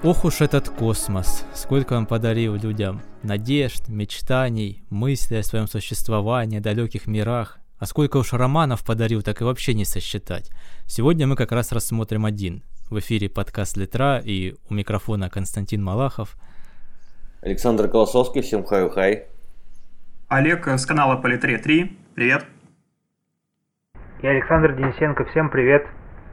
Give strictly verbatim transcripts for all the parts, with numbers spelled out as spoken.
Ох уж этот космос, сколько он подарил людям надежд, мечтаний, мыслей о своем существовании, о далеких мирах. А сколько уж романов подарил, так и вообще не сосчитать. Сегодня мы как раз рассмотрим один. В эфире подкаст «Литра», и у микрофона Константин Малахов. Александр Колосовский, всем хай-хай. Олег с канала по Литре три, привет. И Александр Денисенко, всем привет.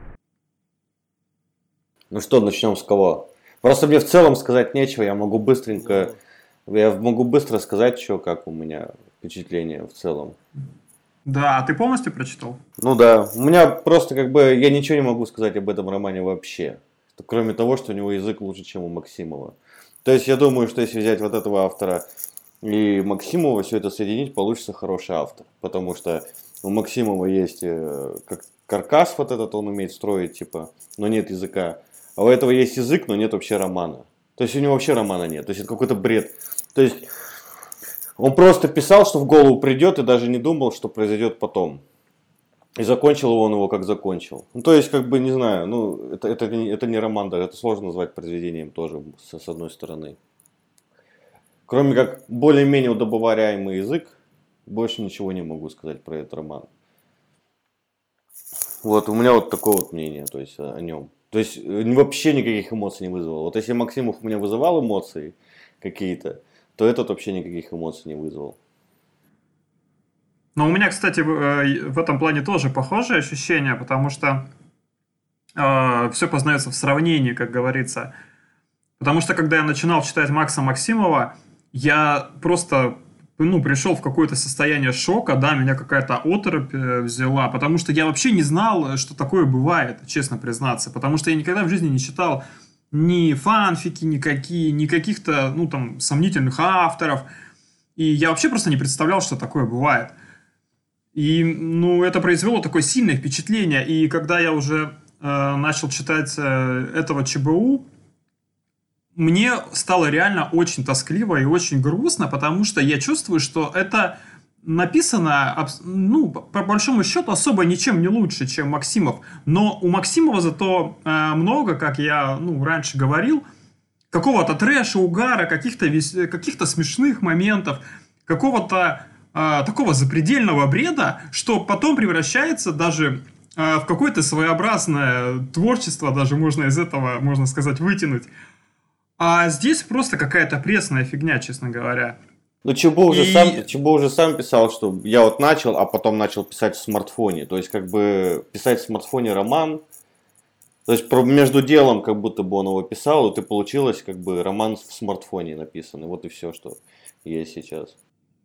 Ну что, начнем с кого? Просто мне в целом сказать нечего, я могу быстренько, я могу быстро сказать, что, как у меня впечатление в целом. Да, а ты полностью прочитал? Ну да, у меня просто как бы, я ничего не могу сказать об этом романе вообще. Кроме того, что у него язык лучше, чем у Максимова. То есть я думаю, что если взять вот этого автора и Максимова, все это соединить, получится хороший автор. Потому что у Максимова есть как каркас вот этот, он умеет строить, типа, но нет языка. А у этого есть язык, но нет вообще романа. То есть у него вообще романа нет. То есть это какой-то бред. То есть он просто писал, что в голову придет, и даже не думал, что произойдет потом. И закончил он его как закончил. Ну, то есть, как бы, не знаю, ну, это, это, не, это не роман даже, это сложно назвать произведением тоже, с, с одной стороны. Кроме как более-менее удобоваримый язык, больше ничего не могу сказать про этот роман. Вот, у меня вот такое вот мнение, то есть, о, о нем. То есть, вообще никаких эмоций не вызвало. Вот если Максимов у меня вызывал эмоции какие-то, то этот вообще никаких эмоций не вызвал. Ну, у меня, кстати, в этом плане тоже похожие ощущения, потому что э, все познается в сравнении, как говорится. Потому что, когда я начинал читать Макса Максимова, я просто ну, пришел в какое-то состояние шока, да, меня какая-то оторопь взяла, потому что я вообще не знал, что такое бывает, честно признаться, потому что я никогда в жизни не читал ни фанфики, никакие, ни каких-то, ну, там, сомнительных авторов, и я вообще просто не представлял, что такое бывает. И, ну, это произвело такое сильное впечатление, и когда я уже э, начал читать э, этого ЧБУ, мне стало реально очень тоскливо и очень грустно, потому что я чувствую, что это написано, ну, по большому счету, особо ничем не лучше, чем Максимов. Но у Максимова зато э, много, как я ну, раньше говорил, какого-то трэша, угара, каких-то, вес... каких-то смешных моментов, какого-то э, такого запредельного бреда, что потом превращается даже э, в какое-то своеобразное творчество, даже можно из этого, можно сказать, вытянуть. А здесь просто какая-то пресная фигня, честно говоря. Ну, Чебу уже, и... сам, Чебу уже сам писал, что я вот начал, а потом начал писать в смартфоне. То есть, как бы, писать в смартфоне роман. То есть, между делом, как будто бы он его писал, и ты получилось, как бы, роман в смартфоне написанный. Вот и все, что есть сейчас.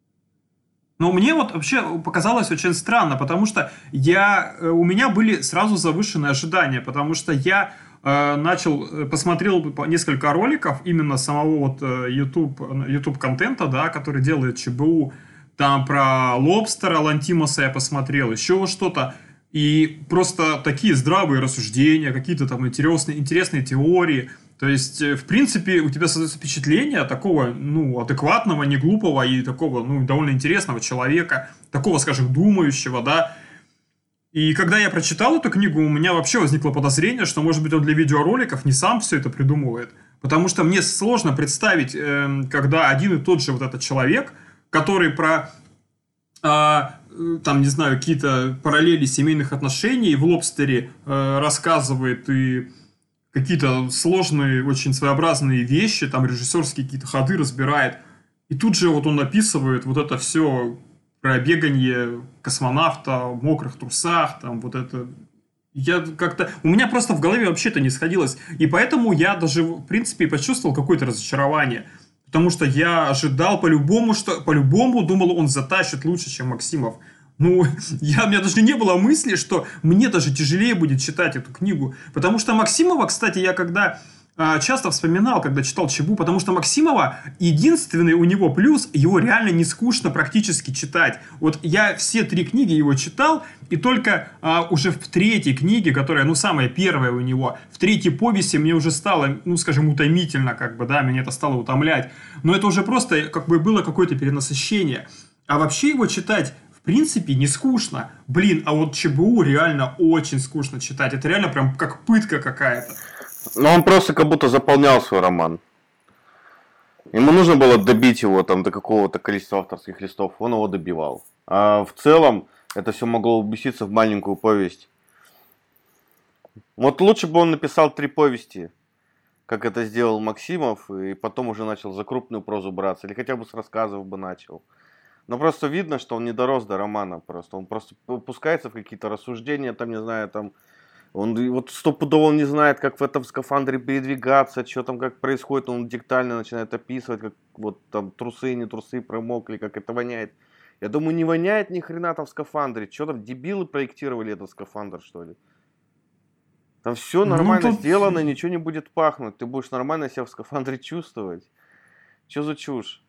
Ну, мне вот вообще показалось очень странно, потому что я, у меня были сразу завышенные ожидания, потому что я э, начал, посмотрел несколько роликов именно самого вот YouTube, YouTube контента, да, который делает ЧБУ, там про Лобстера, Лантимоса я посмотрел, еще что-то, и просто такие здравые рассуждения, какие-то там интересные, интересные теории. То есть, в принципе, у тебя создается впечатление такого, ну, адекватного, не глупого и такого, ну, довольно интересного человека, такого, скажем, думающего, да. И когда я прочитал эту книгу, у меня вообще возникло подозрение, что, может быть, он для видеороликов не сам все это придумывает. Потому что мне сложно представить, э, когда один и тот же вот этот человек, который про, э, там, не знаю, какие-то параллели семейных отношений в «Лобстере» э, рассказывает и... какие-то сложные, очень своеобразные вещи, там режиссерские какие-то ходы разбирает. И тут же вот он описывает вот это все про бегание космонавта в мокрых трусах, там вот это... Я как-то... У меня просто в голове вообще это не сходилось. И поэтому я даже, в принципе, почувствовал какое-то разочарование. Потому что я ожидал по-любому, что... По-любому думал, он затащит лучше, чем Максимов. Ну, я, у меня даже не было мысли, что мне даже тяжелее будет читать эту книгу. Потому что Максимова, кстати, я когда э, часто вспоминал, когда читал ЧБУ, потому что Максимова, единственный у него плюс, его реально не скучно практически читать. Вот я все три книги его читал, и только э, уже в третьей книге, которая, ну, самая первая у него, в третьей повести мне уже стало, ну, скажем, утомительно, как бы, да, меня это стало утомлять. Но это уже просто, как бы, было какое-то перенасыщение. А вообще его читать... В принципе, не скучно. Блин, а вот ЧБУ реально очень скучно читать. Это реально прям как пытка какая-то. Но он просто как будто заполнял свой роман. Ему нужно было добить его там до какого-то количества авторских листов, он его добивал. А в целом это все могло уместиться в маленькую повесть. Вот лучше бы он написал три повести, как это сделал Максимов, и потом уже начал за крупную прозу браться, или хотя бы с рассказов бы начал. Но просто видно, что он не дорос до романа просто. Он просто пускается в какие-то рассуждения, там, не знаю, там... Он вот стопудово он не знает, как в этом скафандре передвигаться, что там как происходит, он диктально начинает описывать, как вот там трусы, не трусы промокли, как это воняет. Я думаю, не воняет ни хрена там в скафандре. Что там, дебилы проектировали этот скафандр, что ли? Там все нормально ну, тут... сделано, ничего не будет пахнуть. Ты будешь нормально себя в скафандре чувствовать. Что за чушь?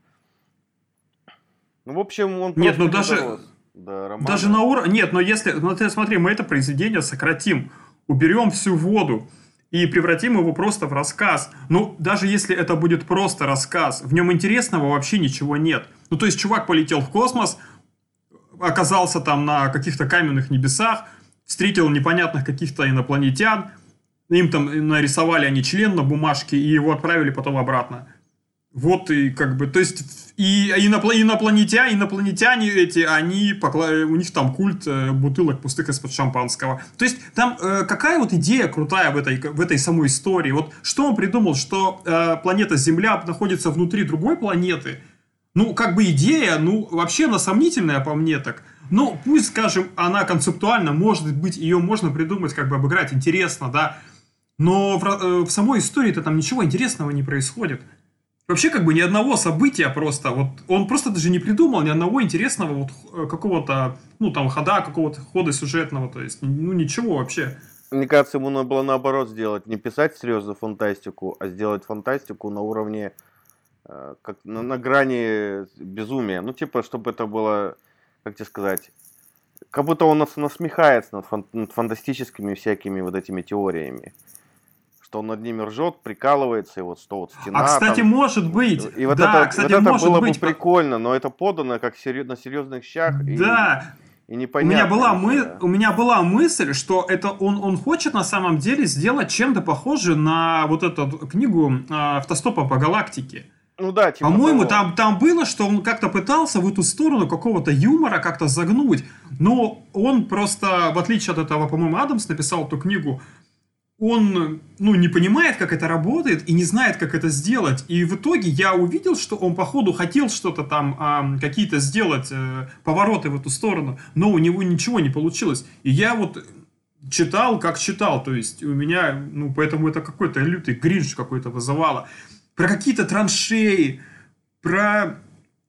Ну, в общем, он Нет, ну даже... Да, даже на уровне... Нет, но если... Ну, ты смотри, мы это произведение сократим. Уберем всю воду и превратим его просто в рассказ. Ну, даже если это будет просто рассказ, в нем интересного вообще ничего нет. Ну, то есть, чувак полетел в космос, оказался там на каких-то каменных небесах, встретил непонятных каких-то инопланетян, им там нарисовали они член на бумажке и его отправили потом обратно. Вот и как бы, то есть, и инопланетяне, инопланетяне эти, они, у них там культ бутылок пустых из-под шампанского. То есть, там э, какая вот идея крутая в этой, в этой самой истории? Вот что он придумал, что э, планета Земля находится внутри другой планеты? Ну, как бы идея, ну, вообще она сомнительная по мне так. Ну, пусть, скажем, она концептуально, может быть, ее можно придумать, как бы обыграть, интересно, да. Но в, э, в самой истории-то там ничего интересного не происходит. Вообще, как бы, ни одного события просто, вот, он просто даже не придумал ни одного интересного вот какого-то, ну, там, хода, какого-то хода сюжетного, то есть, ну, ничего вообще. Мне кажется, ему надо было наоборот сделать, не писать серьезную фантастику, а сделать фантастику на уровне, э, как, на, на грани безумия, ну, типа, чтобы это было, как тебе сказать, как будто он нас насмехается над, фан, над фантастическими всякими вот этими теориями. Что он над ними ржет, прикалывается, и вот что вот стена. А, кстати, там... может быть. И вот да, это, кстати, вот это может было быть. бы прикольно, но это подано как серьез... на серьезных щах. Да. И, и непонятно. У меня, была мы... У меня была мысль, что это он, он хочет на самом деле сделать чем-то похоже на вот эту книгу «Автостопа по галактике». Ну да, типа По-моему, там, там было, что он как-то пытался в эту сторону какого-то юмора как-то загнуть. Но он просто, в отличие от этого, по-моему, Адамс написал эту книгу, он, ну, не понимает, как это работает и не знает, как это сделать. И в итоге я увидел, что он, походу, хотел что-то там, а, какие-то сделать а, повороты в эту сторону, но у него ничего не получилось. И я вот читал, как читал, то есть у меня, ну, поэтому это какой-то лютый гринж какой-то вызывало. Про какие-то траншеи, про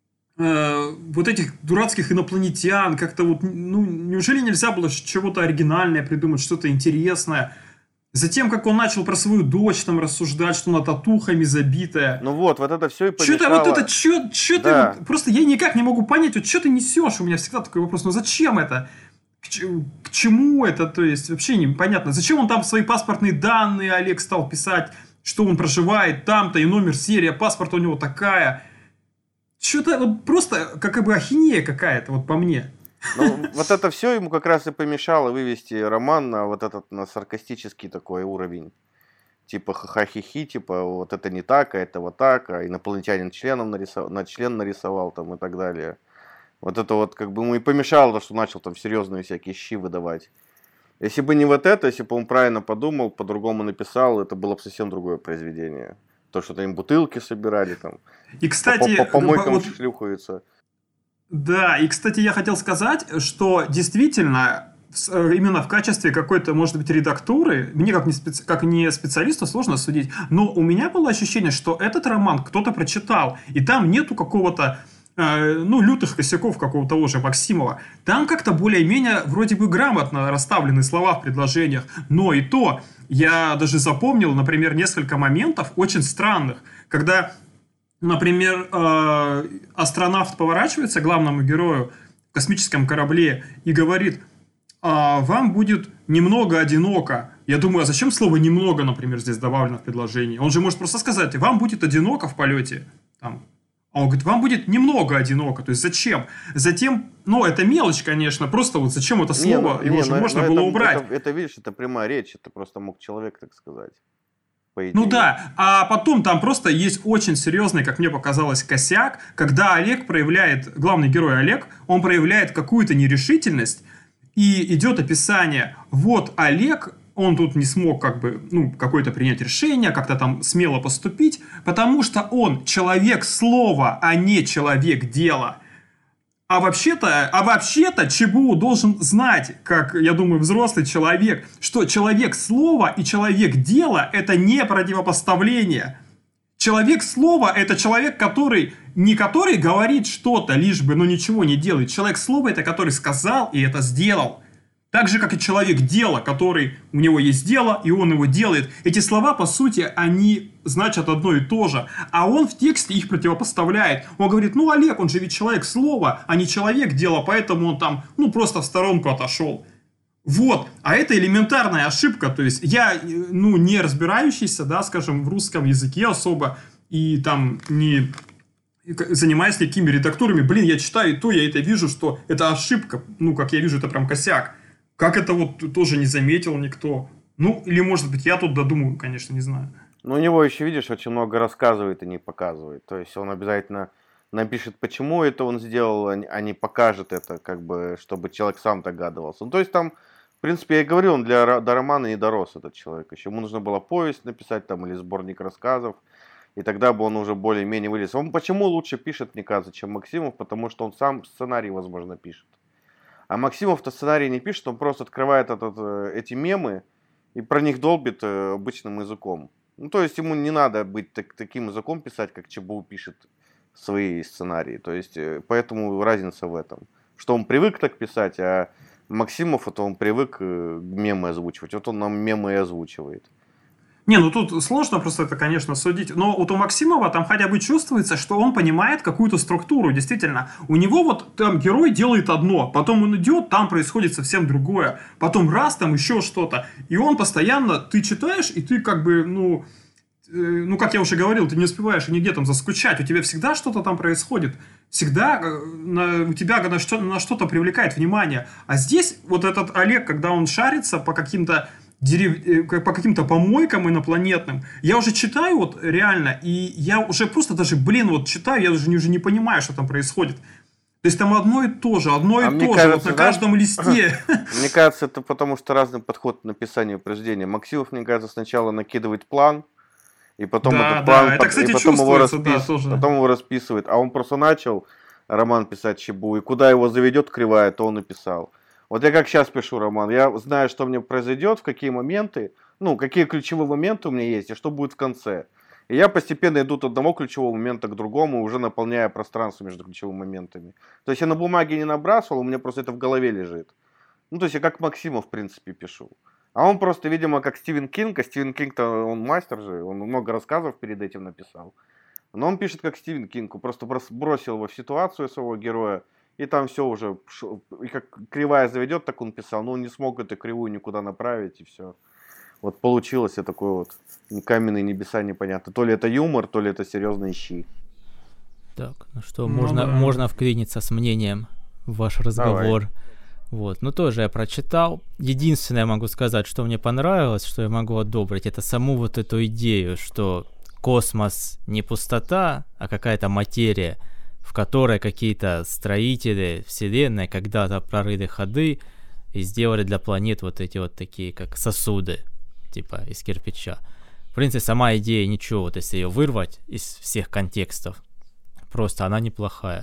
э, вот этих дурацких инопланетян, как-то вот, ну, неужели нельзя было чего-то оригинальное придумать, что-то интересное? Затем, как он начал про свою дочь там рассуждать, что она татухами забитая. Ну вот, вот это все и помешало. Что-то вот это, что, что да. ты, вот, просто я никак не могу понять, вот что ты несешь, у меня всегда такой вопрос, ну зачем это? К, к чему это, то есть, вообще непонятно. Зачем он там свои паспортные данные, Олег, стал писать, что он проживает там-то, и номер, серия, паспорт у него такая. Что-то вот просто, как бы ахинея какая-то, вот по мне. Ну, вот это все ему как раз и помешало вывести роман на вот этот, на саркастический такой уровень. Типа ха-ха-хи-хи, типа вот это не так, а это вот так, а инопланетянин членом нарисовал, на член нарисовал там и так далее. Вот это вот как бы ему и помешало, то, что начал там серьезные всякие щи выдавать. Если бы не вот это, если бы он правильно подумал, по-другому написал, это было бы совсем другое произведение. То, что там бутылки собирали там. И, кстати, по, по помойкам вот... шлюхаются. Да, и, кстати, я хотел сказать, что действительно, именно в качестве какой-то, может быть, редактуры, мне как не, специ... как не специалисту сложно судить, но у меня было ощущение, что этот роман кто-то прочитал, и там нету какого-то, э, ну, лютых косяков какого-то того же Максимова. Там как-то более-менее вроде бы грамотно расставлены слова в предложениях, но и то, я даже запомнил, например, несколько моментов очень странных, когда... Например, астронавт поворачивается к главному герою в космическом корабле и говорит: а вам будет немного одиноко. Я думаю, а зачем слово «немного», например, здесь добавлено в предложении? Он же может просто сказать: вам будет одиноко в полете. Там. А он говорит: вам будет немного одиноко. То есть зачем? Затем, ну, это мелочь, конечно, просто вот зачем это слово? Не, Его не, же но, можно но было это, убрать. Это, это, видишь, это прямая речь, это просто мог человек так сказать. по идее. Ну да, а потом там просто есть очень серьезный, как мне показалось, косяк, когда Олег проявляет, главный герой Олег, он проявляет какую-то нерешительность, и идет описание, вот Олег, он тут не смог как бы, ну, какое-то принять решение, как-то там смело поступить, потому что он человек слова, а не человек дела. А вообще-то, а вообще-то ЧБУ должен знать, как, я думаю, взрослый человек, что человек слова и человек дела – это не противопоставление. Человек слова – это человек, который не который говорит что-то, лишь бы, но ничего не делает. Человек слова – это который сказал и это сделал. Так же, как и человек дела, который, у него есть дело, и он его делает. Эти слова, по сути, они значат одно и то же. А он в тексте их противопоставляет. Он говорит, ну, Олег, он же ведь человек слова, а не человек дела, поэтому он там, ну, просто в сторонку отошел. Вот. А это элементарная ошибка. То есть я, ну, не разбирающийся, да, скажем, в русском языке особо, и там не занимаясь какими редактурами, блин, я читаю, и то я это вижу, что это ошибка. Ну, как я вижу, это прям косяк. Как это вот тоже не заметил никто? Ну, или, может быть, я тут додумаю, конечно, не знаю. Ну, у него еще, видишь, очень много рассказывает и не показывает. То есть он обязательно напишет, почему это он сделал, а не покажет это, как бы, чтобы человек сам догадывался. Ну, то есть там, в принципе, я и говорил, он для, до романа не дорос, этот человек. Еще ему нужно было повесть написать там или сборник рассказов. И тогда бы он уже более-менее вылез. Он почему лучше пишет, мне кажется, чем Максимов? Потому что он сам сценарий, возможно, пишет. А Максимов-то сценарий не пишет, он просто открывает этот, эти мемы и про них долбит обычным языком. Ну, то есть ему не надо быть так, таким языком писать, как ЧБУ пишет свои сценарии. То есть поэтому разница в этом. Что он привык так писать, а Максимов, это он привык мемы озвучивать. Вот он нам мемы и озвучивает. Не, ну тут сложно просто это, конечно, судить. Но вот у Максимова там хотя бы чувствуется, что он понимает какую-то структуру. Действительно, у него вот там герой делает одно, потом он идет, там происходит совсем другое. Потом раз, там еще что-то. И он постоянно, ты читаешь, и ты как бы, ну... Э, ну, как я уже говорил, ты не успеваешь нигде там заскучать. У тебя всегда что-то там происходит. Всегда на, у тебя на, что, на что-то привлекает внимание. А здесь вот этот Олег, когда он шарится по каким-то... Дерев... по каким-то помойкам инопланетным. Я уже читаю вот реально, и я уже просто даже, блин, вот читаю, я даже уже не понимаю, что там происходит. То есть там одно и то же, одно а и то кажется, же, вот на да? каждом листе. Мне кажется, это потому что разный подход к написанию произведения. Максимов, мне кажется, сначала накидывает план, и потом да, этот план, да, это, кстати, и потом его, распис... да, тоже. потом его расписывает. А он просто начал роман писать ЧБУ, и куда его заведет кривая, то он и писал. Вот я как сейчас пишу роман, я знаю, что мне произойдет, в какие моменты, ну, какие ключевые моменты у меня есть, и что будет в конце. И я постепенно иду от одного ключевого момента к другому, уже наполняя пространство между ключевыми моментами. То есть я на бумаге не набрасывал, у меня просто это в голове лежит. Ну, то есть я как Максимов, в принципе, пишу. А он просто, видимо, как Стивен Кинг, а Стивен Кинг-то, он мастер же, он много рассказов перед этим написал. Но он пишет как Стивен Кинг, он просто бросил его в ситуацию своего героя, и там все уже, и как кривая заведет, так он писал, но он не смог эту кривую никуда направить, и все. Вот получилось и такой вот каменные небеса непонятно. То ли это юмор, то ли это серьезные щи. Так, ну что, Ну можно, да. можно вклиниться с мнением в ваш разговор. Давай. Вот, ну тоже я прочитал. Единственное, я могу сказать, что мне понравилось, что я могу одобрить, это саму вот эту идею, что космос не пустота, а какая-то материя, в которой какие-то строители вселенной когда-то прорыли ходы и сделали для планет вот эти вот такие, как сосуды, типа из кирпича. В принципе, сама идея ничего, вот если ее вырвать из всех контекстов, просто она неплохая.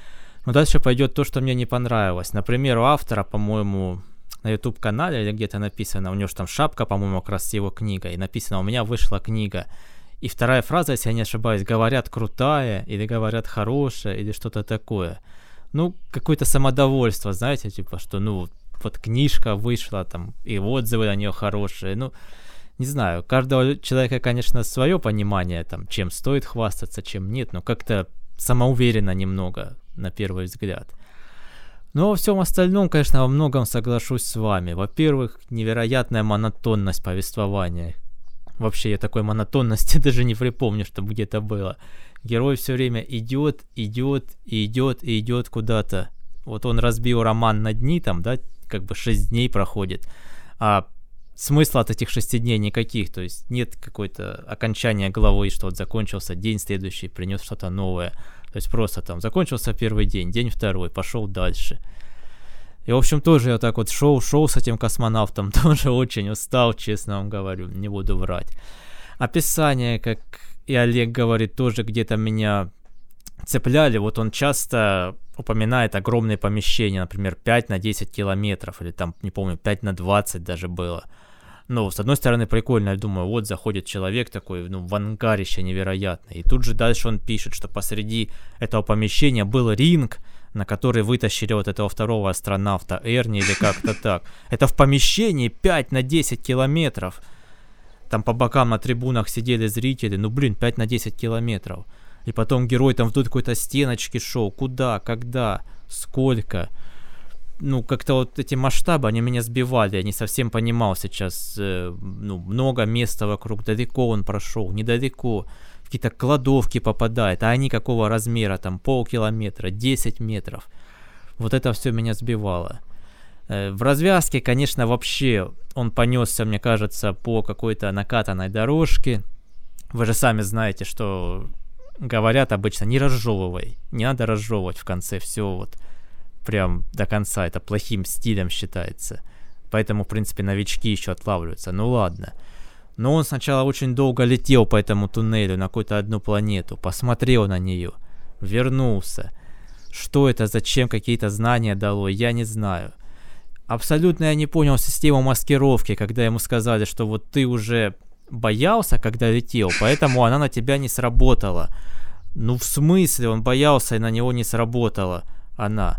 Но дальше пойдет то, что мне не понравилось. Например, у автора, по-моему, на YouTube-канале или где-то написано, у него же там шапка, по-моему, как раз с его книгой, и написано, у меня вышла книга. И вторая фраза, если я не ошибаюсь, говорят крутая, или говорят хорошая, или что-то такое. Ну, какое-то самодовольство, знаете, типа, что, ну, вот книжка вышла, там, и отзывы на нее хорошие. Ну, не знаю, у каждого человека, конечно, свое понимание, там, чем стоит хвастаться, чем нет, но как-то самоуверенно немного, на первый взгляд. Но во всем остальном, конечно, во многом соглашусь с вами. Во-первых, невероятная монотонность повествования. Вообще, я такой монотонности даже не припомню, чтобы где-то было. Герой все время идет, идет, и идет, и идет куда-то. Вот он разбил роман на дни, там, да, как бы шесть дней проходит. А смысла от этих шести дней никаких, то есть нет какой-то окончания главы, что вот закончился день следующий, принес что-то новое, то есть просто там закончился первый день, день второй, пошел дальше. И, в общем, тоже я так вот шел, шел с этим космонавтом, тоже очень устал, честно вам говорю, не буду врать. Описание, как и Олег говорит, тоже где-то меня цепляли. Вот он часто упоминает огромные помещения, например, пять на десять километров, или там, не помню, пять на двадцать даже было. Ну, с одной стороны, прикольно, я думаю, вот заходит человек такой, ну, в ангарище невероятное. И тут же дальше он пишет, что посреди этого помещения был ринг, на который вытащили вот этого второго астронавта, Эрни или как-то так. Это в помещении пять на десять километров. Там по бокам на трибунах сидели зрители, ну, блин, пять на десять километров. И потом герой там вдоль какой-то стеночки шел. Куда, когда, сколько. Ну, как-то вот эти масштабы, они меня сбивали. Я не совсем понимал сейчас. Э, ну, много места вокруг. Далеко он прошел, недалеко. Какие-то кладовки попадают. А они какого размера? Там полкилометра, десять метров. Вот это все меня сбивало. Э, в развязке, конечно, вообще он понесся, мне кажется, по какой-то накатанной дорожке. Вы же сами знаете, что... Говорят обычно, не разжевывай, не надо разжевывать в конце все вот прям до конца, это плохим стилем считается, поэтому, в принципе, новички еще отлавливаются, ну ладно. Но он сначала очень долго летел по этому туннелю на какую-то одну планету, посмотрел на нее, вернулся. Что это, зачем, какие-то знания дало, я не знаю. Абсолютно я не понял систему маскировки, когда ему сказали, что вот ты уже... боялся, когда летел, поэтому она на тебя не сработала. Ну, в смысле, он боялся, и на него не сработала она.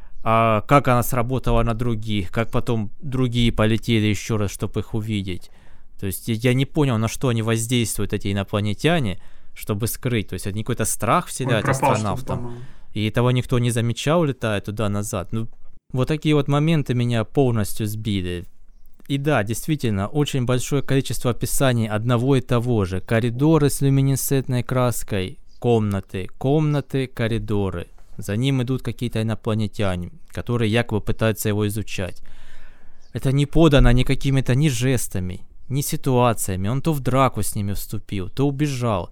А как она сработала на других? Как потом другие полетели еще раз, чтобы их увидеть? То есть я не понял, на что они воздействуют, эти инопланетяне, чтобы скрыть. То есть это не какой-то страх вселяет астронавтам. И этого никто не замечал, летая туда-назад. Ну, вот такие вот моменты меня полностью сбили. И да, действительно, очень большое количество описаний одного и того же. Коридоры с люминесцентной краской, комнаты, комнаты, коридоры. За ним идут какие-то инопланетяне, которые якобы пытаются его изучать. Это не подано ни какими-то ни жестами, ни ситуациями. Он то в драку с ними вступил, то убежал.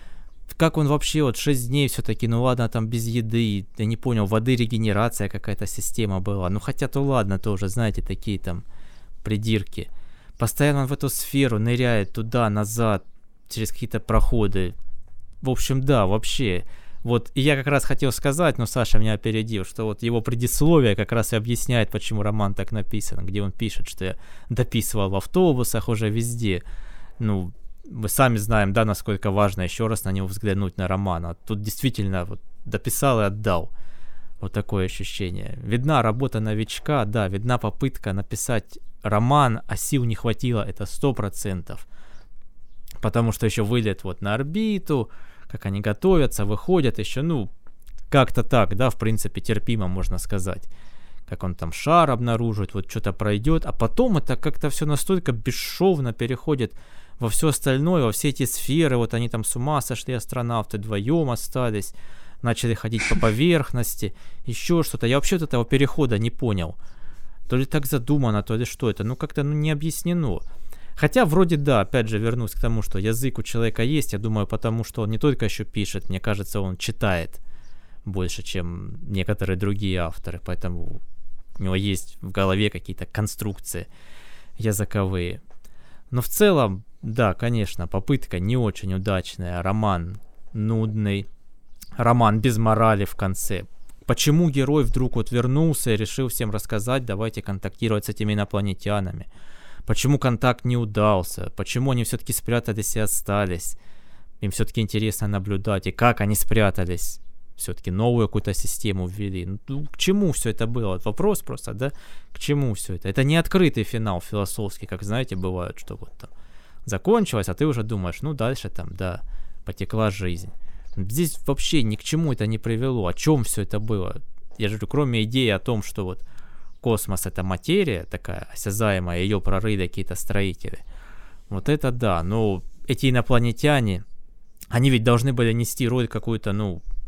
Как он вообще, вот шесть дней все-таки, ну ладно, там без еды, я не понял, воды регенерация какая-то система была. Ну хотя то ладно тоже, знаете, такие там... придирки. Постоянно он в эту сферу ныряет туда, назад, через какие-то проходы. В общем, да, вообще. Вот, и я как раз хотел сказать, но Саша меня опередил, что вот его предисловие как раз и объясняет, почему роман так написан, где он пишет, что я дописывал в автобусах уже везде. Ну, мы сами знаем, да, насколько важно еще раз на него взглянуть, на роман. А тут действительно вот дописал и отдал. Вот такое ощущение. Видна работа новичка, да, видна попытка написать роман, а сил не хватило, это сто процентов. Потому что еще вылет вот на орбиту, как они готовятся, выходят еще, ну, как-то так, да, в принципе, терпимо, можно сказать. Как он там шар обнаружит, вот что-то пройдет, а потом это как-то все настолько бесшовно переходит во все остальное, во все эти сферы, вот они там с ума сошли, астронавты вдвоем остались, начали ходить по поверхности, еще что-то. Я вообще от этого перехода не понял. То ли так задумано, то ли что это. Ну, как-то ну, не объяснено. Хотя, вроде да, опять же, вернусь к тому, что язык у человека есть, я думаю, потому что он не только еще пишет, мне кажется, он читает больше, чем некоторые другие авторы. Поэтому у него есть в голове какие-то конструкции языковые. Но в целом, да, конечно, попытка не очень удачная. Роман нудный. Роман без морали в конце. Почему герой вдруг вот вернулся и решил всем рассказать, давайте контактировать с этими инопланетянами? Почему контакт не удался? Почему они все-таки спрятались и остались? Им все-таки интересно наблюдать. И как они спрятались? Все-таки новую какую-то систему ввели. Ну, к чему все это было? Вот вопрос просто, да? К чему все это? Это не открытый финал философский, как, знаете, бывает, что вот там закончилось, а ты уже думаешь, ну, дальше там, да, потекла жизнь. Здесь вообще ни к чему это не привело. О чем все это было? Я же говорю, кроме идеи о том, что вот космос — это материя такая осязаемая, ее прорыли какие-то строители. Вот это да. Но эти инопланетяне, они ведь должны были нести роль какую-то, ну,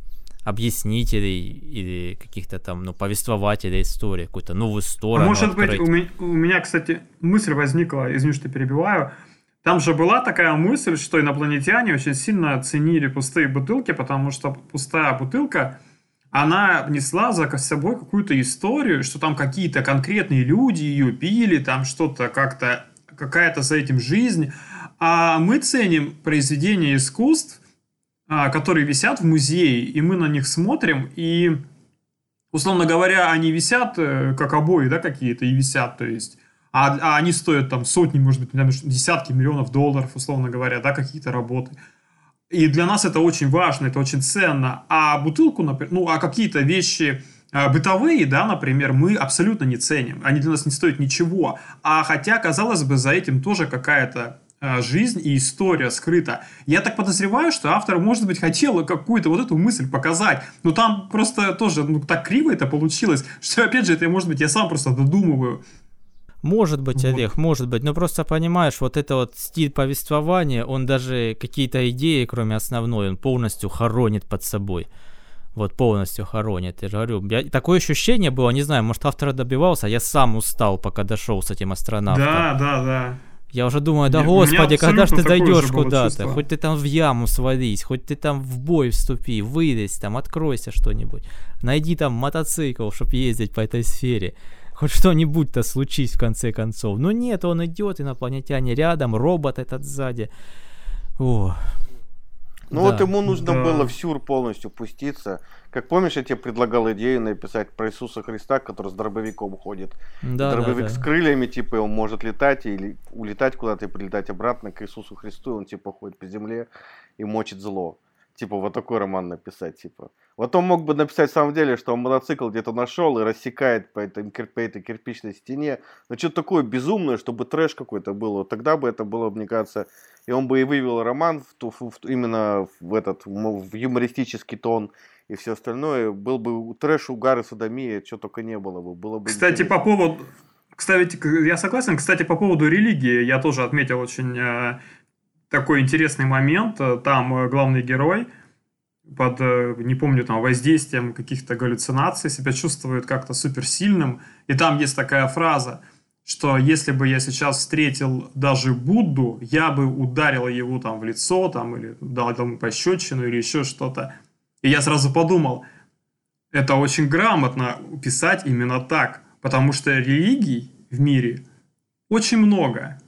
объяснителей или каких-то там, ну, повествователей истории, какую-то новую сторону А может открыть. быть, у меня, у меня, кстати, мысль возникла, извини, что перебиваю. Там же была такая мысль, что инопланетяне очень сильно ценили пустые бутылки, потому что пустая бутылка, она внесла за собой какую-то историю, что там какие-то конкретные люди ее пили, там что-то как-то, какая-то за этим жизнь. А мы ценим произведения искусств, которые висят в музее, и мы на них смотрим, и, условно говоря, они висят, как обои, да, какие-то, и висят, то есть, а, а они стоят там сотни, может быть, десятки миллионов долларов, условно говоря, да, какие-то работы. И для нас это очень важно, это очень ценно. А бутылку, например, ну, а какие-то вещи бытовые, да, например, мы абсолютно не ценим. Они для нас не стоят ничего. А хотя, казалось бы, за этим тоже какая-то жизнь и история скрыта. Я так подозреваю, что автор, может быть, хотел какую-то вот эту мысль показать, но там просто тоже, ну, так криво это получилось, что, опять же, это, может быть, я сам просто додумываю. Может быть, Вот. Олег, может быть, но просто понимаешь, вот это вот стиль повествования, он даже какие-то идеи, кроме основной, он полностью хоронит под собой. Вот полностью хоронит, я же говорю. Я, такое ощущение было, не знаю, может, автор добивался, я сам устал, пока дошел с этим астронавтом. Да, да, да. Я уже думаю, да Я- господи, у меня когда же ты абсолютно такое дойдешь же было куда-то? чувство. Хоть ты там в яму свались, хоть ты там в бой вступи, вылезь там, откройся что-нибудь. Найди там мотоцикл, чтобы ездить по этой сфере. Хоть что-нибудь-то случись в конце концов. Но нет, он идет, инопланетяне рядом, робот этот сзади. О, Ну да. вот ему нужно Да. было в сюр полностью пуститься. Как помнишь, я тебе предлагал идею написать про Иисуса Христа, который с дробовиком ходит. Да, да, Дробовик да. с крыльями, типа, он может летать или улетать куда-то и прилетать обратно к Иисусу Христу, и он, типа, ходит по земле и мочит зло. Типа, вот такой роман написать, типа. Вот он мог бы написать, в самом деле, что он мотоцикл где-то нашел и рассекает по этой, кир- по этой кирпичной стене. Но что-то такое безумное, чтобы трэш какой-то был. Вот тогда бы это было, мне кажется, и он бы и вывел роман в ту- в- в- именно в этот, в юмористический тон и все остальное. Был бы трэш, угар и содомия, что только не было бы. Было бы Кстати, интересно. по поводу... Кстати, я согласен. Кстати, по поводу религии я тоже отметил очень э, такой интересный момент. Там э, главный герой под, э, не помню, там, воздействием каких-то галлюцинаций себя чувствует как-то суперсильным. И там есть такая фраза, что если бы я сейчас встретил даже Будду, я бы ударил его там в лицо, там, или дал ему пощечину, или еще что-то. И я сразу подумал, это очень грамотно писать именно так, потому что религий в мире очень много.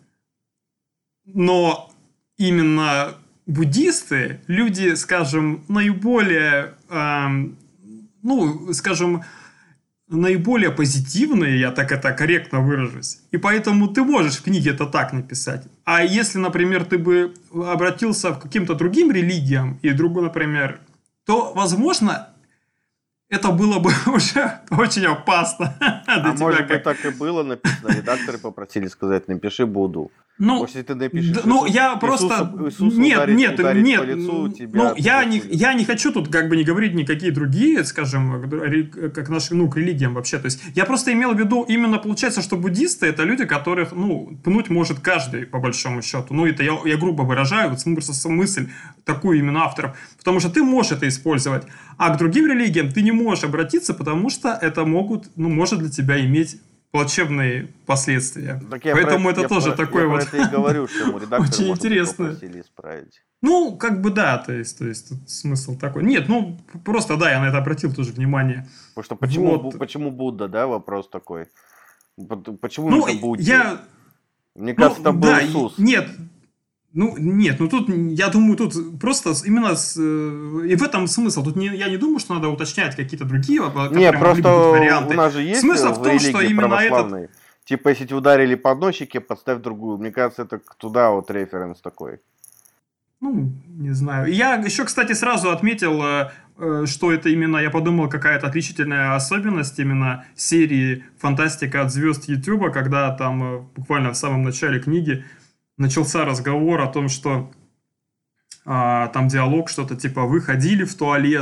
Но именно буддисты, люди, скажем, наиболее, эм, ну, скажем, наиболее позитивные, я так это корректно выражусь. И поэтому ты можешь в книге это так написать. А если, например, ты бы обратился к каким-то другим религиям, и другу, например, то, возможно, это было бы уже очень опасно. А может быть так и было написано, редакторы попросили сказать, напиши Будду. Ну, Может, если ты напишешь, да, ну, Иисус- я просто... Иисуса- Иисуса нет, ударить- нет, ударить нет. по лицу, тебя ну, я не, засудят. я не хочу тут как бы не говорить никакие другие, скажем, ре- как наши, ну, к религиям вообще. То есть, я просто имел в виду, именно получается, что буддисты это люди, которых, ну, пнуть может каждый, по большому счету. Ну, это я, я грубо выражаю, вот смысл, мысль такую именно авторов. Потому что ты можешь это использовать. А к другим религиям ты не можешь обратиться, потому что это могут, ну, может для тебя иметь плачевные последствия. Так я Поэтому про это я тоже про- такое я вот... про это и говорю, что ему редакторы, Очень может быть, интересно. попросили исправить. Ну, как бы да, то есть, то есть тут смысл такой. Нет, ну, просто да, я на это обратил тоже внимание. Потому что почему, Вот. Бу- почему Будда, да, вопрос такой. П- Почему Ну, это Будда? я... Мне Ну, кажется, там был да, Иисус. и- нет, ну, нет, ну тут, я думаю, тут просто с- именно с, э, и в этом смысл. Тут не, я не думаю, что надо уточнять какие-то другие, которые Не, могли бы быть просто варианты. у нас же есть Смысл в в том, что религии именно этот... православной. Типа, если тебя ударили по одной щеке, подставь другую. Мне кажется, это к- туда вот референс такой. Ну, не знаю. Я еще, кстати, сразу отметил, э, э, что это именно, я подумал, какая-то отличительная особенность именно серии «Фантастика от звезд Ютуба», когда там э, буквально в самом начале книги начался разговор о том, что а, там диалог, что-то типа «Вы ходили в туалет?»,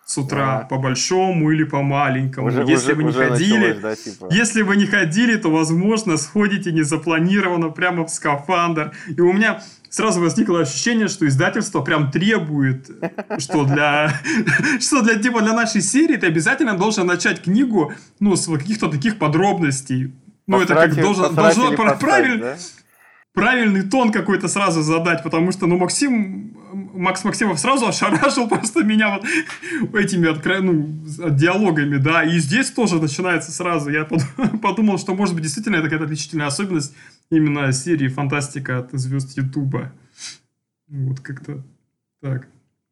с утра Да. по большому или по маленькому. Уже, Если уже, вы не уже ходили, началось, да, типа. если вы не ходили, то, возможно, сходите незапланированно прямо в скафандр. И у меня сразу возникло ощущение, что издательство прям требует, что для, что для, типа, для нашей серии ты обязательно должен начать книгу, ну, с вот каких-то таких подробностей. Ну, это как Посрать и- должен, посрать должно или про- посрать, правиль- да? правильный тон какой-то сразу задать, потому что, ну, Максим, Макс Максимов сразу ошарашил просто меня вот этими откро- ну, диалогами, да, и здесь тоже начинается сразу. Я под- подумал, что, может быть, действительно это какая-то отличительная особенность именно серии «Фантастика» от звезд Ютуба. Вот как-то так.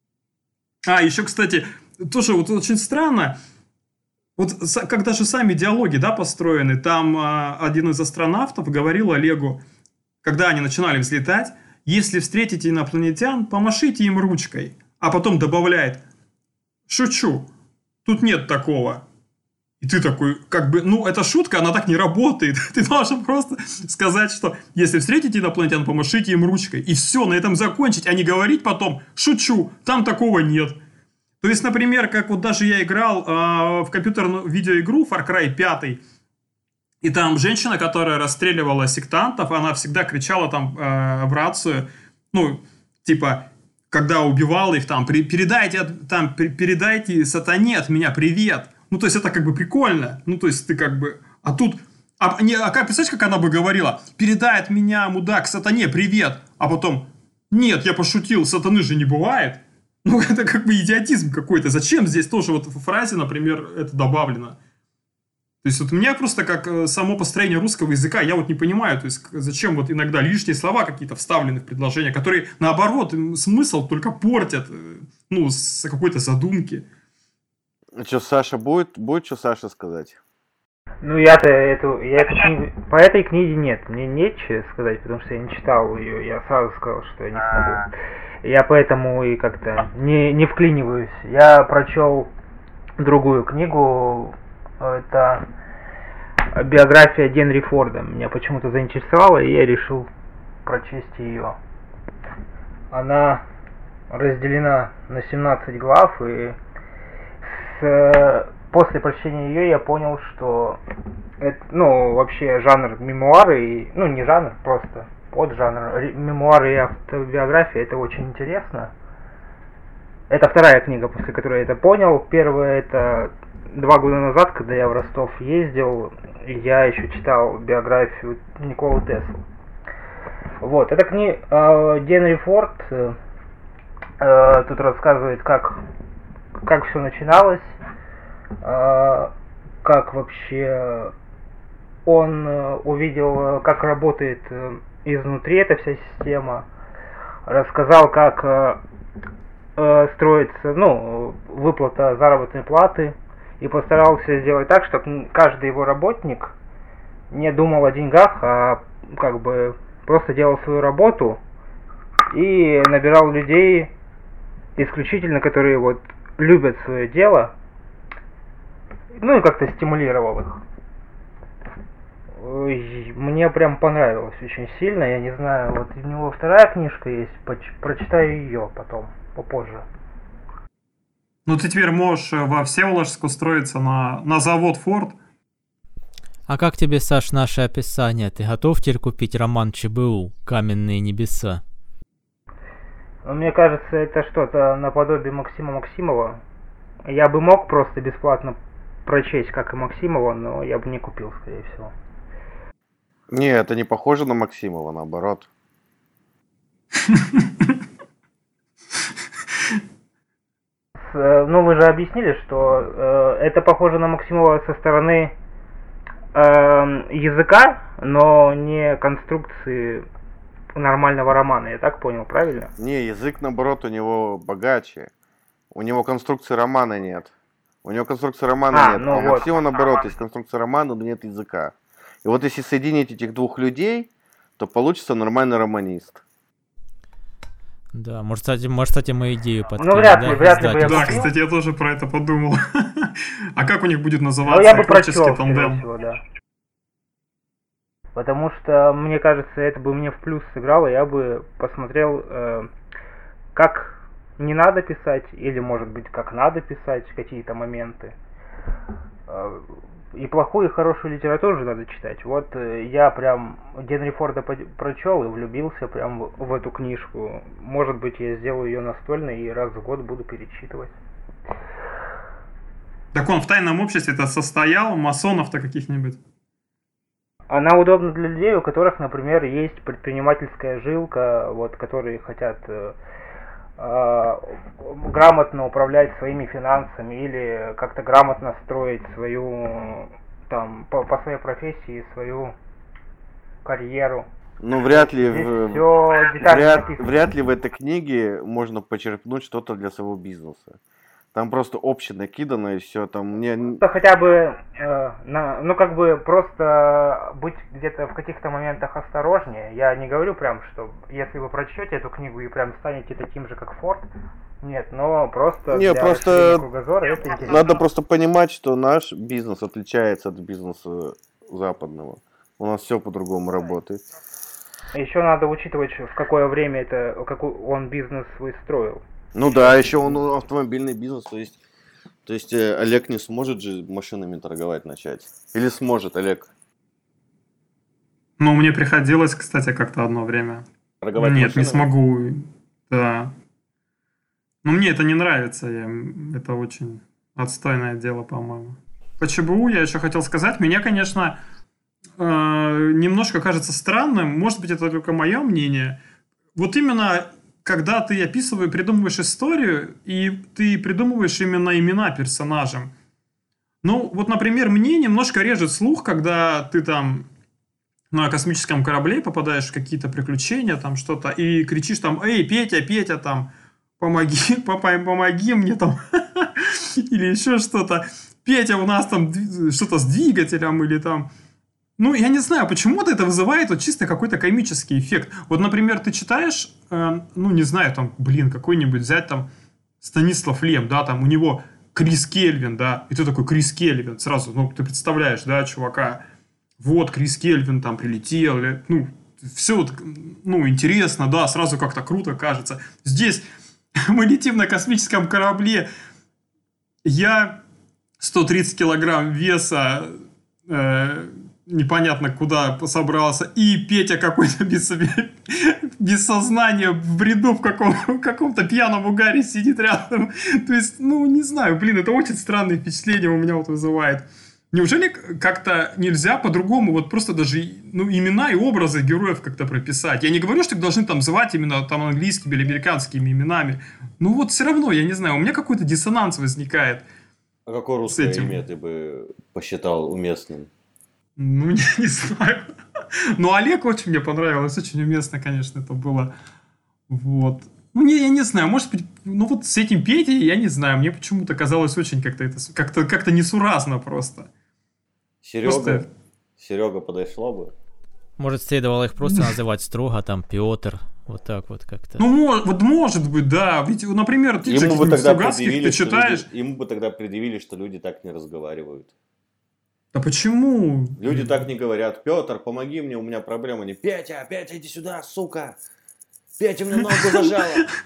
А, еще, кстати, тоже вот очень странно, вот с- как даже сами диалоги, да, построены, там а, один из астронавтов говорил Олегу, когда они начинали взлетать, если встретите инопланетян, помашите им ручкой. А потом добавляет, шучу, тут нет такого. И ты такой, как бы, ну, эта шутка, она так не работает. Ты должен просто сказать, что если встретите инопланетян, помашите им ручкой. И все, на этом закончить, а не говорить потом, шучу, там такого нет. То есть, например, как вот даже я играл э, в компьютерную видеоигру Far Cry пять, и там женщина, которая расстреливала сектантов, она всегда кричала там э, в рацию, ну, типа, когда убивал их, там, «При- передайте, от- там, пер- передайте сатане от меня привет. Ну, то есть, это как бы прикольно. Ну, то есть, ты как бы... А тут... А, не, а как, представляешь, как она бы говорила? Передай от меня, мудак, сатане привет. А потом, нет, я пошутил, сатаны же не бывает. Ну, это как бы идиотизм какой-то. Зачем здесь тоже вот в фразе, например, это добавлено? То есть, вот у меня просто как э, само построение русского языка, я вот не понимаю, то есть, к- зачем вот иногда лишние слова какие-то вставлены в предложения, которые, наоборот, им смысл только портят, э, ну, с какой-то задумки. Что, Саша будет? Будет что Саша сказать? Ну, я-то эту, я эту книгу, по этой книге нет, мне нечего сказать, потому что я не читал ее, я сразу сказал, что я не смогу. Я поэтому и как-то не, не вклиниваюсь. Я прочел другую книгу, это биография Генри Форда. Меня почему-то заинтересовала, и я решил прочесть ее. Она разделена на семнадцать глав, и с, после прочтения ее я понял, что это, ну, вообще жанр мемуары, и, ну, не жанр, просто поджанр, ре- мемуары и автобиография, это очень интересно. Это вторая книга, после которой я это понял. Первая — это два года назад, когда я в Ростов ездил, и я еще читал биографию Николы Теслы. Вот, эта книга Генри Форд э, э, тут рассказывает, как, как все начиналось, э, как вообще он э, увидел, э, как работает э, изнутри эта вся система, рассказал, как э, э, строится, ну, выплата заработной платы, и постарался сделать так, чтобы каждый его работник не думал о деньгах, а как бы просто делал свою работу и набирал людей исключительно, которые вот любят свое дело, ну и как-то стимулировал их. Ой, мне прям понравилось очень сильно, я не знаю, вот у него вторая книжка есть, поч- прочитаю ее потом, попозже. Ну, ты теперь можешь э, во Всеволожск устроиться на, на завод Форд. А как тебе, Саш, наше описание? Ты готов теперь купить роман ЧБУ «Каменные небеса»? Но мне кажется, это что-то наподобие Максима Максимова. Я бы мог просто бесплатно прочесть, как и Максимова, но я бы не купил, скорее всего. Не, это не похоже на Максимова, наоборот. С, э, ну, вы же объяснили, что э, это похоже на Максимова со стороны э, языка, но не конструкции нормального романа. Я так понял, правильно? Не, язык, наоборот, у него богаче. У него конструкции романа нет. У него конструкции романа А, нет. ну А у вот. Максима, наоборот, есть конструкция романа, но нет языка. И вот если соединить этих двух людей, то получится нормальный романист. Да, может, кстати, может, кстати мы идею подкинем, Ну, вряд ли, да, вряд ли бы я издательству? Да, купил. кстати, я тоже про это подумал. А как у них будет Ну, называться я бы творческий прочел, скорее тандем? всего, да. Потому что, мне кажется, это бы мне в плюс сыграло, я бы посмотрел, э, как не надо писать, или, может быть, как надо писать какие-то моменты. И плохую, и хорошую литературу же надо читать. Вот я прям Генри Форда прочел и влюбился прям в, в эту книжку. Может быть, я сделаю ее настольной и раз в год буду перечитывать. Так он в тайном обществе-то состоял, масонов-то каких-нибудь? Она удобна для людей, у которых, например, есть предпринимательская жилка, вот, которые хотят э, э, грамотно управлять своими финансами или как-то грамотно строить свою, там, по, по своей профессии, свою карьеру. Ну, вряд ли, в, вряд, вряд ли в этой книге можно почерпнуть что-то для своего бизнеса. Там просто общее накидано и все там. Мне... Хотя бы, э, на, ну как бы просто быть где-то в каких-то моментах осторожнее. Я не говорю прям, что если вы прочтете эту книгу и прям станете таким же, как Форд. Нет, но просто не, для просто кругозора это интересно. Надо просто понимать, что наш бизнес отличается от бизнеса западного. У нас все по-другому работает. Еще надо учитывать, в какое время это, какой он бизнес свой строил. Ну да, еще он автомобильный бизнес, то есть, то есть э, Олег не сможет же машинами торговать начать. Или сможет, Олег? Ну, мне приходилось, кстати, как-то одно время. Торговать Нет, машинами? не смогу, да. Но мне это не нравится, я, это очень отстойное дело, по-моему. По ЧБУ я еще хотел сказать, меня, конечно, э, немножко кажется странным, может быть, это только мое мнение, вот именно... Когда ты описываешь, придумываешь историю, и ты придумываешь именно имена персонажам. Ну, вот, например, мне немножко режет слух, когда ты там на космическом корабле попадаешь в какие-то приключения, там что-то, и кричишь там: «Эй, Петя, Петя, там, помоги, папа, помоги мне там», или еще что-то. «Петя, у нас там что-то с двигателем», или там... Ну, я не знаю, почему-то это вызывает вот чисто какой-то комический эффект. Вот, например, ты читаешь, э, ну, не знаю, там, блин, какой-нибудь взять там Станислав Лем, да, там у него Крис Кельвин, да, и ты такой: Крис Кельвин, сразу, ну, ты представляешь, да, чувака, вот Крис Кельвин там прилетел, или, ну, все вот, ну, интересно, да, сразу как-то круто кажется. Здесь мы летим на космическом корабле, я сто тридцать килограмм веса, э, непонятно куда собрался, и Петя какой-то без, без сознания, в бреду, в каком, каком-то пьяном угаре сидит рядом. То есть, ну, не знаю, блин, это очень странное впечатление у меня вот вызывает. Неужели как-то нельзя по-другому, вот просто даже, ну, имена и образы героев как-то прописать? Я не говорю, что их должны там звать именно там английскими или американскими именами, но вот все равно, я не знаю, у меня какой-то диссонанс возникает. А какое русское имя ты бы посчитал уместным? Ну, не, не знаю. Но Олег очень мне понравилось, очень уместно, конечно, это было. Вот. Ну, не, я не знаю, может быть, ну вот с этим Петей, я не знаю, мне почему-то казалось очень как-то это, как-то, как-то несуразно просто. Серега, просто... Серега подошло бы? Может, следовало их просто называть строго, там, Петр, вот так вот как-то. Ну, может, вот может быть, да. Ведь, например, ты ему бы тогда Стругацких ты читаешь... Люди, ему бы тогда предъявили, что люди так не разговаривают. Да почему? Люди так не говорят: Петр, помоги мне, у меня проблема. Не: Петя, Петя, иди сюда, сука. Петя мне ногу зажала.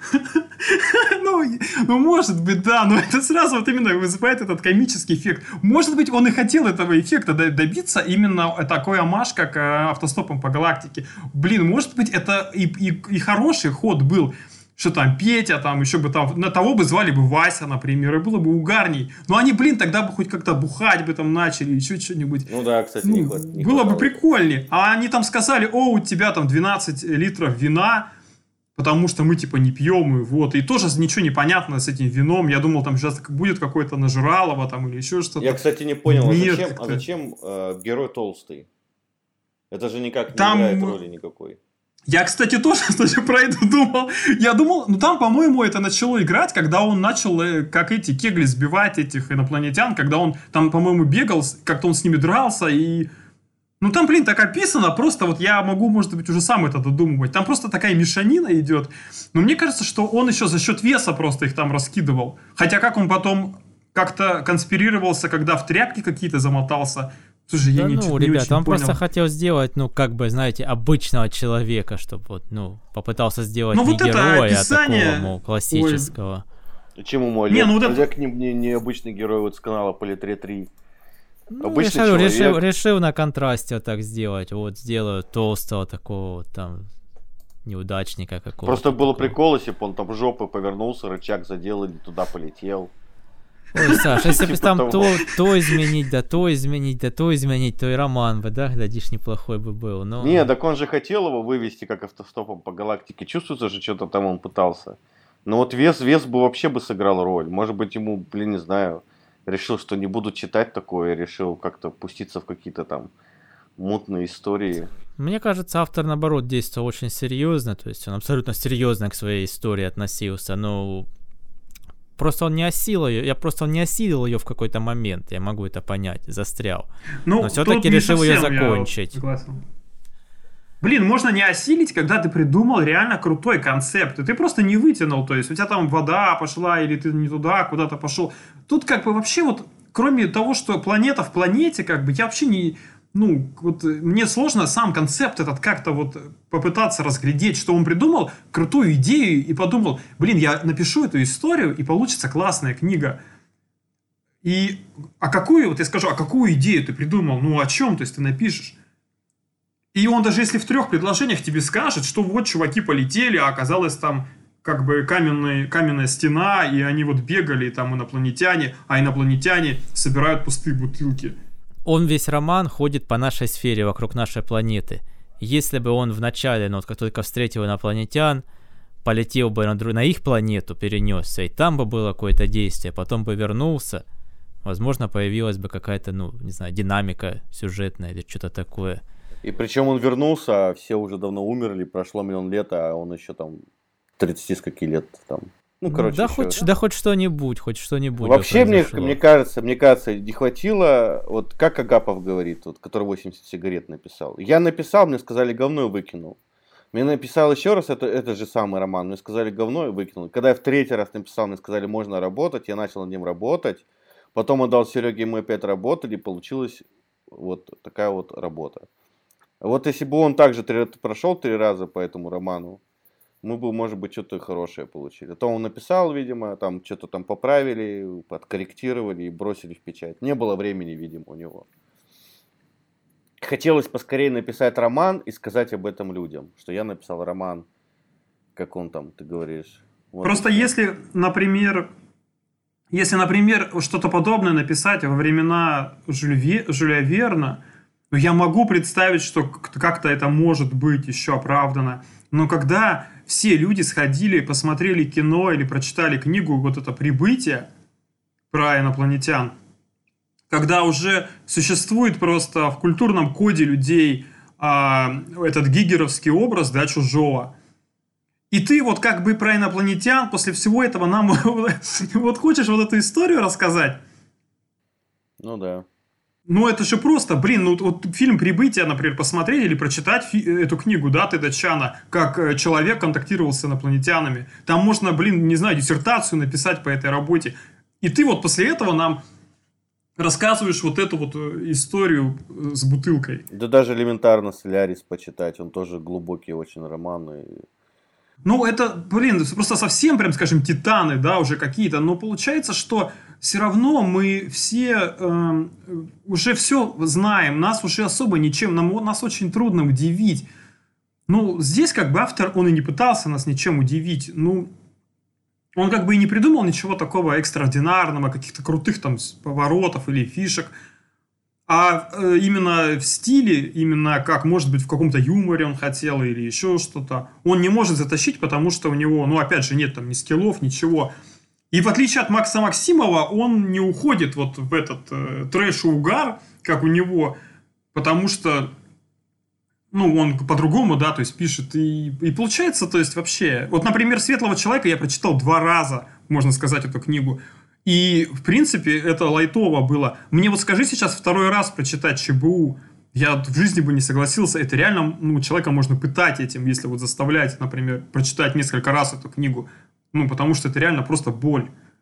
Ну, ну, может быть, да, но это сразу вот именно вызывает этот комический эффект. Может быть, он и хотел этого эффекта добиться, именно такой омаж, как «Автостопом по галактике». Блин, может быть, это и, и, и хороший ход был. Что там Петя, там еще бы там, на того бы звали бы Вася, например, и было бы угарней. Но они, блин, тогда бы хоть как-то бухать бы там начали, еще что-нибудь. Ну да, кстати, ну, не хват, не было хватало. бы прикольнее. А они там сказали: о, у тебя там двенадцать литров вина, потому что мы типа не пьем, и вот. И тоже ничего не понятно с этим вином. Я думал, там сейчас будет какой-то Нажралово там или еще что-то. Я, кстати, не понял, Нет, а зачем, а зачем э, герой толстый? Это же никак не там... играет роли никакой. Я, кстати, тоже, кстати, про это думал. Я думал, ну там, по-моему, это начало играть, когда он начал, как эти кегли, сбивать этих инопланетян, когда он там, по-моему, бегал, как-то он с ними дрался, и... Ну там, блин, так описано, просто вот я могу, может быть, уже сам это додумывать. Там просто такая мешанина идет. Но мне кажется, что он еще за счет веса просто их там раскидывал. Хотя как он потом как-то конспирировался, когда в тряпки какие-то замотался... Слушай, я Да не, ну, чё-то не ребят, очень он понял. просто хотел сделать, ну, как бы, знаете, обычного человека, чтобы вот, ну, попытался сделать Ну, не вот это героя, описание- а такого, мол, классического. Чем ему Олег? Не, ну вот это- Олег не, не, не обычный герой вот с канала Политре три. Ну, Обычный я же говорю, человек. решил, решил на контрасте вот так сделать, вот, сделаю толстого такого вот там неудачника какого-то. Просто было такого. прикол, если бы он там жопой повернулся, рычаг задел и туда полетел. Ой, Саш, если бы Типа там того. то, то изменить, да то изменить, да то изменить, то и роман бы, да, глядишь, неплохой бы был. Но... Не, так он же хотел его вывести как автостопом по галактике. Чувствуется же, что-то там он пытался. Но вот вес, вес бы вообще бы сыграл роль. Может быть, ему, блин, не знаю, решил, что не буду читать такое, решил как-то пуститься в какие-то там мутные истории. Мне кажется, автор, наоборот, действовал очень серьезно, то есть он абсолютно серьезно к своей истории относился, но просто он не осилил ее, я просто он не осилил ее в какой-то момент, я могу это понять, застрял. Ну, Но всё-таки тут не решил её совсем я закончить. согласен. Блин, можно не осилить, когда ты придумал реально крутой концепт, и ты просто не вытянул, то есть у тебя там вода пошла, или ты не туда, куда-то пошел. Тут как бы вообще вот, кроме того, что планета в планете, как бы я вообще не... Ну, вот мне сложно сам концепт этот как-то вот попытаться разглядеть, что он придумал, крутую идею, и подумал, блин, я напишу эту историю, и получится классная книга. И, а какую, вот я скажу, а какую идею ты придумал? Ну, о чем, то есть ты напишешь? И он даже если в трех предложениях тебе скажет, что вот чуваки полетели, а оказалось там как бы каменный, каменная стена, и они вот бегали, там инопланетяне, а инопланетяне собирают пустые бутылки. Он весь роман ходит по нашей сфере, вокруг нашей планеты. Если бы он вначале, ну вот как только встретил инопланетян, полетел бы на, дру- на их планету, перенесся, и там бы было какое-то действие, потом бы вернулся, возможно, появилась бы какая-то, ну, не знаю, динамика сюжетная или что-то такое. И причем он вернулся, а все уже давно умерли, прошло миллион лет, а он еще там тридцать с каких лет там. Ну, короче, да, еще... хоть, да хоть что-нибудь, хоть что-нибудь. Вообще, мне, мне кажется, мне кажется, не хватило, вот как Агапов говорит, вот, который восемьдесят сигарет написал. Я написал, мне сказали говно и выкинул. Мне написал еще раз это, этот же самый роман, мне сказали говно и выкинул. Когда я в третий раз написал, мне сказали можно работать, я начал над ним работать. Потом отдал Сереге, и мы опять работали, и получилась вот такая вот работа. Вот если бы он также три, прошел три раза по этому роману, мы бы, может быть, что-то хорошее получили. А то он написал, видимо, там что-то там поправили, подкорректировали и бросили в печать. Не было времени, видимо, у него. Хотелось поскорее написать роман и сказать об этом людям, что я написал роман, как он там, ты говоришь. Вот Просто если, например, если, например, что-то подобное написать во времена Жюль, Жюля Верна, ну, я могу представить, что как-то это может быть еще оправдано. Но когда все люди сходили, посмотрели кино или прочитали книгу вот это «Прибытие» про инопланетян, когда уже существует просто в культурном коде людей а, этот гигеровский образ, да, чужого, и ты вот как бы про инопланетян после всего этого нам вот хочешь вот эту историю рассказать? Ну да. Ну, это же просто, блин, ну вот фильм «Прибытие», например, посмотреть или прочитать фи- эту книгу, да, Теда Чана, как э, человек контактировал с инопланетянами. Там можно, блин, не знаю, диссертацию написать по этой работе. И ты вот после этого нам рассказываешь вот эту вот э, историю э, с бутылкой. Да даже элементарно «Солярис» почитать, он тоже глубокий очень роман. И... Ну, это, блин, просто совсем, прям, скажем, титаны, да, уже какие-то. Но получается, что все равно мы все э, уже все знаем, нас уже особо ничем, нам, нас очень трудно удивить. Ну, здесь как бы автор, он и не пытался нас ничем удивить. Ну, он как бы и не придумал ничего такого экстраординарного, каких-то крутых там поворотов или фишек. А э, именно в стиле, именно как, может быть, в каком-то юморе он хотел или еще что-то, он не может затащить, потому что у него, ну, опять же, нет там ни скиллов, ничего. И в отличие от Макса Максимова, он не уходит вот в этот э, трэш и угар, как у него, потому что, ну, он по-другому, да, то есть пишет. И, и получается, то есть вообще... Вот, например, «Светлого человека» я прочитал два раза, можно сказать, эту книгу. И, в принципе, это лайтово было. Мне вот скажи сейчас второй раз прочитать ЧБУ, я в жизни бы не согласился. Это реально, ну, человека можно пытать этим, если вот заставлять, например, прочитать несколько раз эту книгу. Ну, потому что это реально просто боль.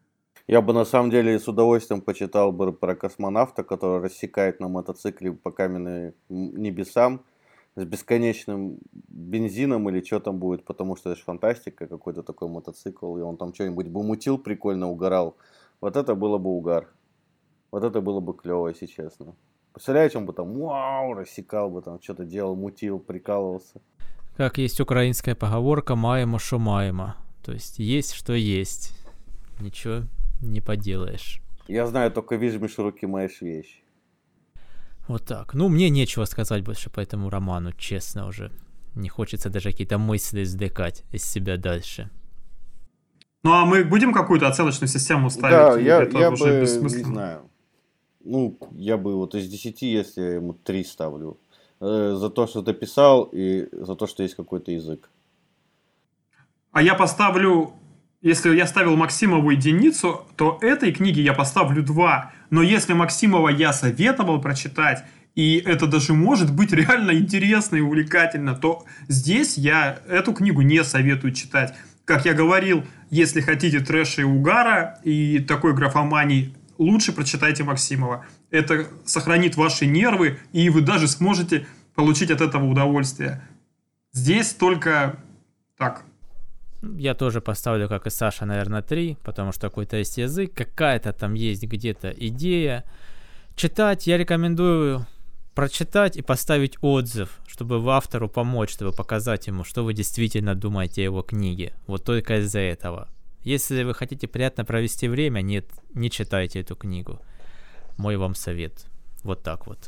Я бы на самом деле с удовольствием почитал бы про космонавта, который рассекает на мотоцикле по каменным небесам с бесконечным бензином или что там будет, потому что это же фантастика, какой-то такой мотоцикл, и он там что-нибудь бы мутил, прикольно угорал. Вот это было бы угар. Вот это было бы клево, если честно. Представляете, он бы там вау, рассекал бы, там что-то делал, мутил, прикалывался. Как есть украинская поговорка «маемо, шо маемо». То есть есть, что есть. Ничего не поделаешь. Я знаю, только вижмешь руки, моешь вещи. Вот так. Ну, мне нечего сказать больше по этому роману, честно уже. Не хочется даже какие-то мысли извлекать из себя дальше. Ну, а мы будем какую-то оценочную систему ставить? Да, я, это я уже бы, бессмысленно? не знаю. Ну, я бы вот из десяти, если я ему три ставлю. Э, за то, что ты писал, и за то, что есть какой-то язык. А я поставлю... Если я ставил Максимову единицу, то этой книге я поставлю два. Но если Максимова я советовал прочитать, и это даже может быть реально интересно и увлекательно, то здесь я эту книгу не советую читать. Как я говорил, если хотите трэша и угара, и такой графомании, лучше прочитайте Максимова. Это сохранит ваши нервы, и вы даже сможете получить от этого удовольствие. Здесь только так... Я тоже поставлю, как и Саша, наверное, три, потому что какой-то есть язык, какая-то там есть где-то идея. Читать я рекомендую прочитать и поставить отзыв, чтобы автору помочь, чтобы показать ему, что вы действительно думаете о его книге. Вот только из-за этого. Если вы хотите приятно провести время, нет, не читайте эту книгу. Мой вам совет. Вот так вот.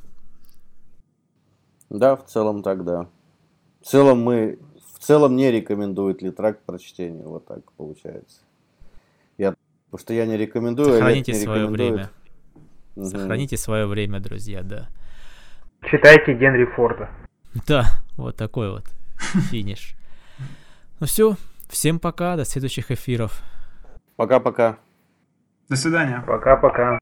Да, в целом так, да. В целом мы... В целом не рекомендует Литрак к прочтению, вот так получается. Я, потому что я не рекомендую, Сохраните а не свое время. Угу. Сохраните свое время, друзья, да. Читайте Генри Форда. Да, вот такой вот финиш. Ну все, всем пока, до следующих эфиров. Пока-пока. До свидания. Пока-пока.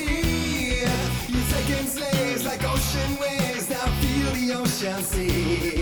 Ocean waves, now feel the ocean sea.